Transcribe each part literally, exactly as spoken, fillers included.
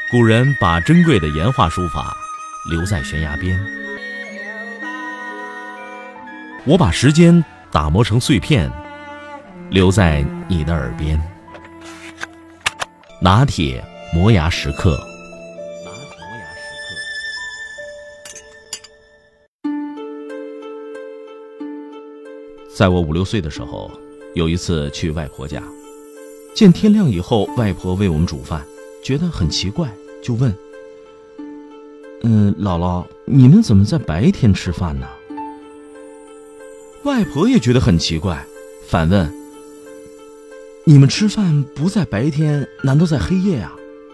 古人把珍贵的岩画书法留在悬崖边，我把时间打磨成碎片，留在你的耳边。拿铁磨牙时刻。在我五六岁的时候，有一次去外婆家，见天亮以后外婆为我们煮饭，觉得很奇怪，就问：嗯，姥姥，你们怎么在白天吃饭呢？外婆也觉得很奇怪，反问：你们吃饭不在白天，难道在黑夜呀？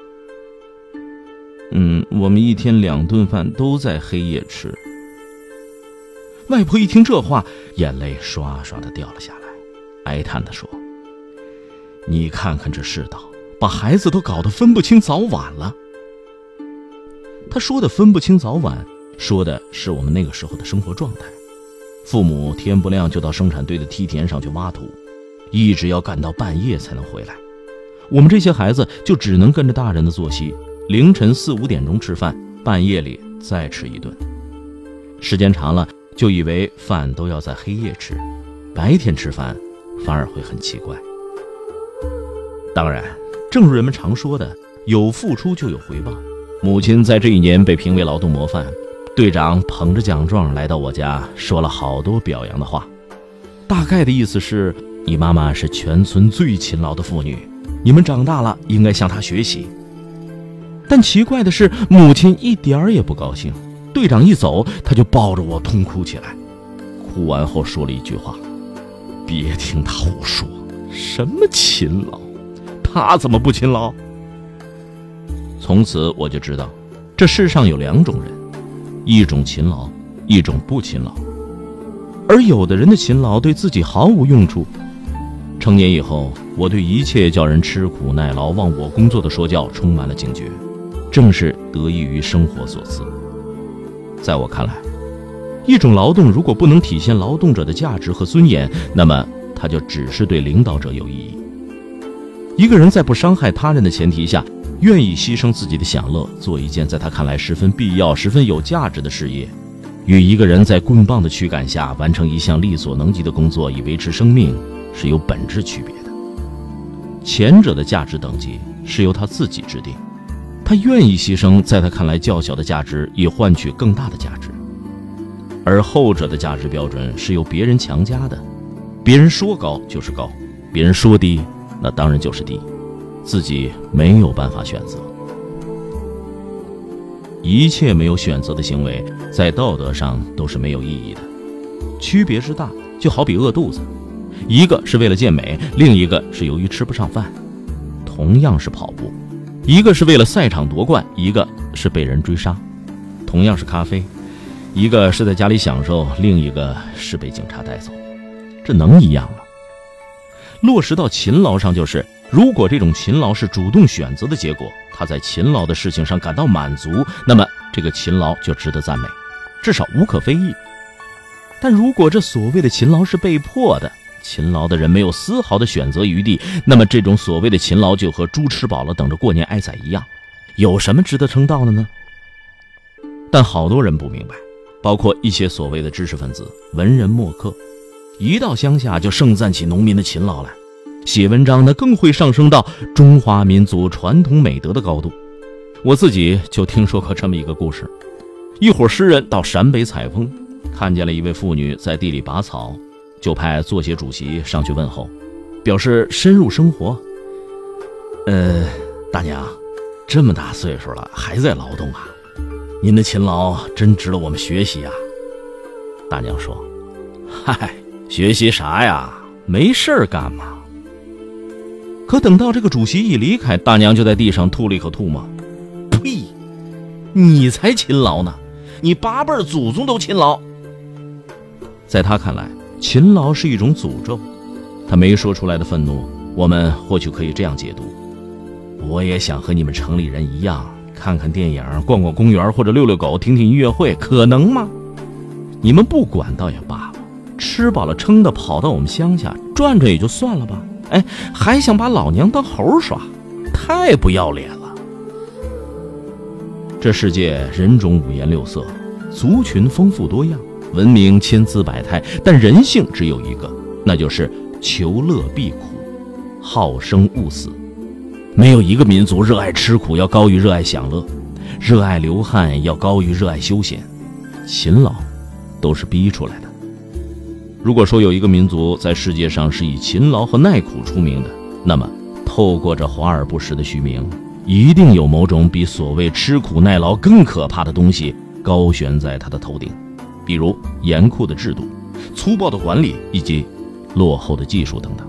嗯，我们一天两顿饭都在黑夜吃。外婆一听这话，眼泪刷刷的掉了下来，哀叹地说：你看看这世道，把孩子都搞得分不清早晚了。他说的分不清早晚，说的是我们那个时候的生活状态。父母天不亮就到生产队的梯田上去挖土，一直要干到半夜才能回来。我们这些孩子就只能跟着大人的作息，凌晨四五点钟吃饭，半夜里再吃一顿。时间长了，就以为饭都要在黑夜吃，白天吃饭反而会很奇怪。当然，正如人们常说的，有付出就有回报。母亲在这一年被评为劳动模范，队长捧着奖状来到我家，说了好多表扬的话，大概的意思是：你妈妈是全村最勤劳的妇女，你们长大了应该向她学习。但奇怪的是，母亲一点儿也不高兴。队长一走，她就抱着我痛哭起来，哭完后说了一句话：别听她胡说，什么勤劳，她怎么不勤劳？从此我就知道，这世上有两种人，一种勤劳，一种不勤劳。而有的人的勤劳对自己毫无用处。成年以后，我对一切叫人吃苦耐劳、忘我工作的说教充满了警觉，正是得益于生活所赐。在我看来，一种劳动如果不能体现劳动者的价值和尊严，那么它就只是对领导者有意义。一个人在不伤害他人的前提下，愿意牺牲自己的享乐，做一件在他看来十分必要、十分有价值的事业，与一个人在棍棒的驱赶下完成一项力所能及的工作以维持生命，是有本质区别的。前者的价值等级是由他自己制定，他愿意牺牲在他看来较小的价值，以换取更大的价值。而后者的价值标准是由别人强加的，别人说高就是高，别人说低，那当然就是低，自己没有办法选择。一切没有选择的行为，在道德上都是没有意义的。区别之大，就好比饿肚子，一个是为了健美，另一个是由于吃不上饭。同样是跑步，一个是为了赛场夺冠，一个是被人追杀。同样是咖啡，一个是在家里享受，另一个是被警察带走。这能一样吗？落实到勤劳上就是，如果这种勤劳是主动选择的结果，他在勤劳的事情上感到满足，那么这个勤劳就值得赞美，至少无可非议。但如果这所谓的勤劳是被迫的，勤劳的人没有丝毫的选择余地，那么这种所谓的勤劳就和猪吃饱了等着过年挨宰一样，有什么值得称道的呢？但好多人不明白，包括一些所谓的知识分子、文人墨客，一到乡下就盛赞起农民的勤劳来，写文章呢更会上升到中华民族传统美德的高度。我自己就听说过这么一个故事，一伙诗人到陕北采风，看见了一位妇女在地里拔草，就派作协主席上去问候，表示深入生活。呃，大娘，这么大岁数了还在劳动啊，您的勤劳真值得我们学习啊。大娘说：嗨，学习啥呀，没事儿干嘛。可等到这个主席一离开，大娘就在地上吐了一口唾沫。呸，你才勤劳呢，你八辈祖宗都勤劳。在他看来，勤劳是一种诅咒。他没说出来的愤怒，我们或许可以这样解读：我也想和你们城里人一样，看看电影，逛逛公园，或者遛遛狗，听听音乐会，可能吗？你们不管倒也罢了，吃饱了撑的跑到我们乡下转转也就算了吧，哎，还想把老娘当猴耍，太不要脸了。 这世界人种五颜六色，族群丰富多样，文明千姿百态，但人性只有一个，那就是求乐避苦，好生恶死。没有一个民族热爱吃苦要高于热爱享乐，热爱流汗要高于热爱休闲，勤劳都是逼出来的。如果说有一个民族在世界上是以勤劳和耐苦出名的，那么透过这华而不实的虚名，一定有某种比所谓吃苦耐劳更可怕的东西高悬在他的头顶，比如严酷的制度、粗暴的管理以及落后的技术等等。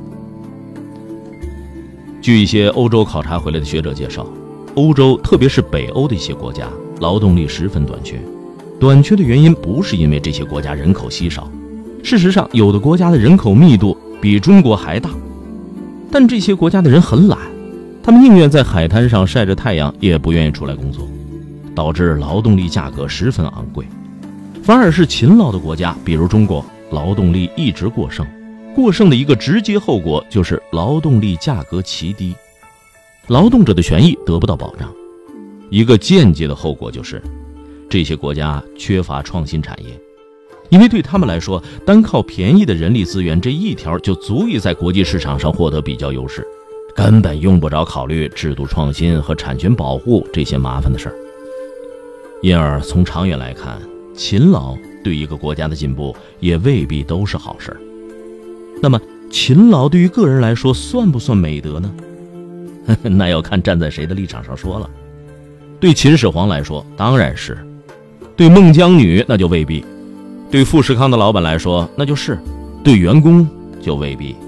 据一些欧洲考察回来的学者介绍，欧洲特别是北欧的一些国家劳动力十分短缺，短缺的原因不是因为这些国家人口稀少，事实上有的国家的人口密度比中国还大，但这些国家的人很懒，他们宁愿在海滩上晒着太阳，也不愿意出来工作，导致劳动力价格十分昂贵。反而是勤劳的国家，比如中国，劳动力一直过剩，过剩的一个直接后果就是劳动力价格奇低，劳动者的权益得不到保障。一个间接的后果就是这些国家缺乏创新产业，因为对他们来说，单靠便宜的人力资源这一条就足以在国际市场上获得比较优势，根本用不着考虑制度创新和产权保护这些麻烦的事儿。因而从长远来看，勤劳对一个国家的进步也未必都是好事儿。那么勤劳对于个人来说算不算美德呢？那要看站在谁的立场上说了。对秦始皇来说当然是，对孟姜女那就未必，对富士康的老板来说那就是，对员工就未必。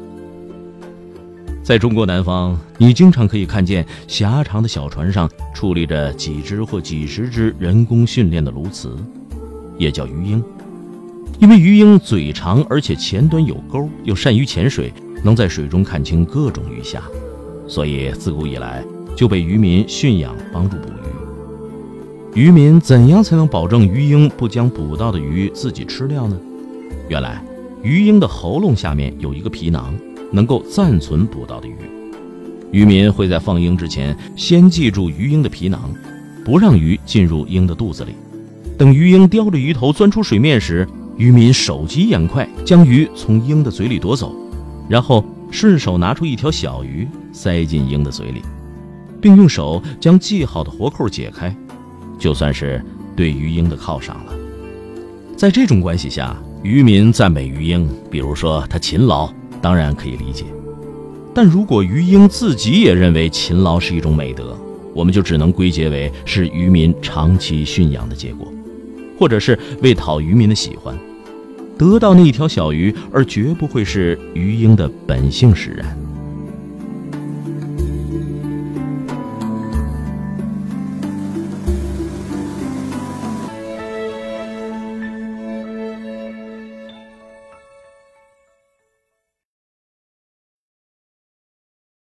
在中国南方，你经常可以看见狭长的小船上矗立着几只或几十只人工训练的鸬鹚，也叫鱼鹰。因为鱼鹰嘴长，而且前端有钩，又善于潜水，能在水中看清各种鱼虾，所以自古以来就被渔民驯养帮助捕鱼。渔民怎样才能保证鱼鹰不将捕到的鱼自己吃掉呢？原来鱼鹰的喉咙下面有一个皮囊，能够暂存捕到的鱼。渔民会在放鹰之前先系住鱼鹰的皮囊，不让鱼进入鹰的肚子里。等鱼鹰叼着鱼头钻出水面时，渔民手疾眼快，将鱼从鹰的嘴里夺走，然后顺手拿出一条小鱼塞进鹰的嘴里，并用手将系好的活扣解开，就算是对鱼鹰的犒赏了。在这种关系下，渔民赞美鱼鹰，比如说他勤劳，当然可以理解。但如果鱼鹰自己也认为勤劳是一种美德，我们就只能归结为是渔民长期驯养的结果，或者是为讨渔民的喜欢，得到那一条小鱼，而绝不会是鱼鹰的本性使然。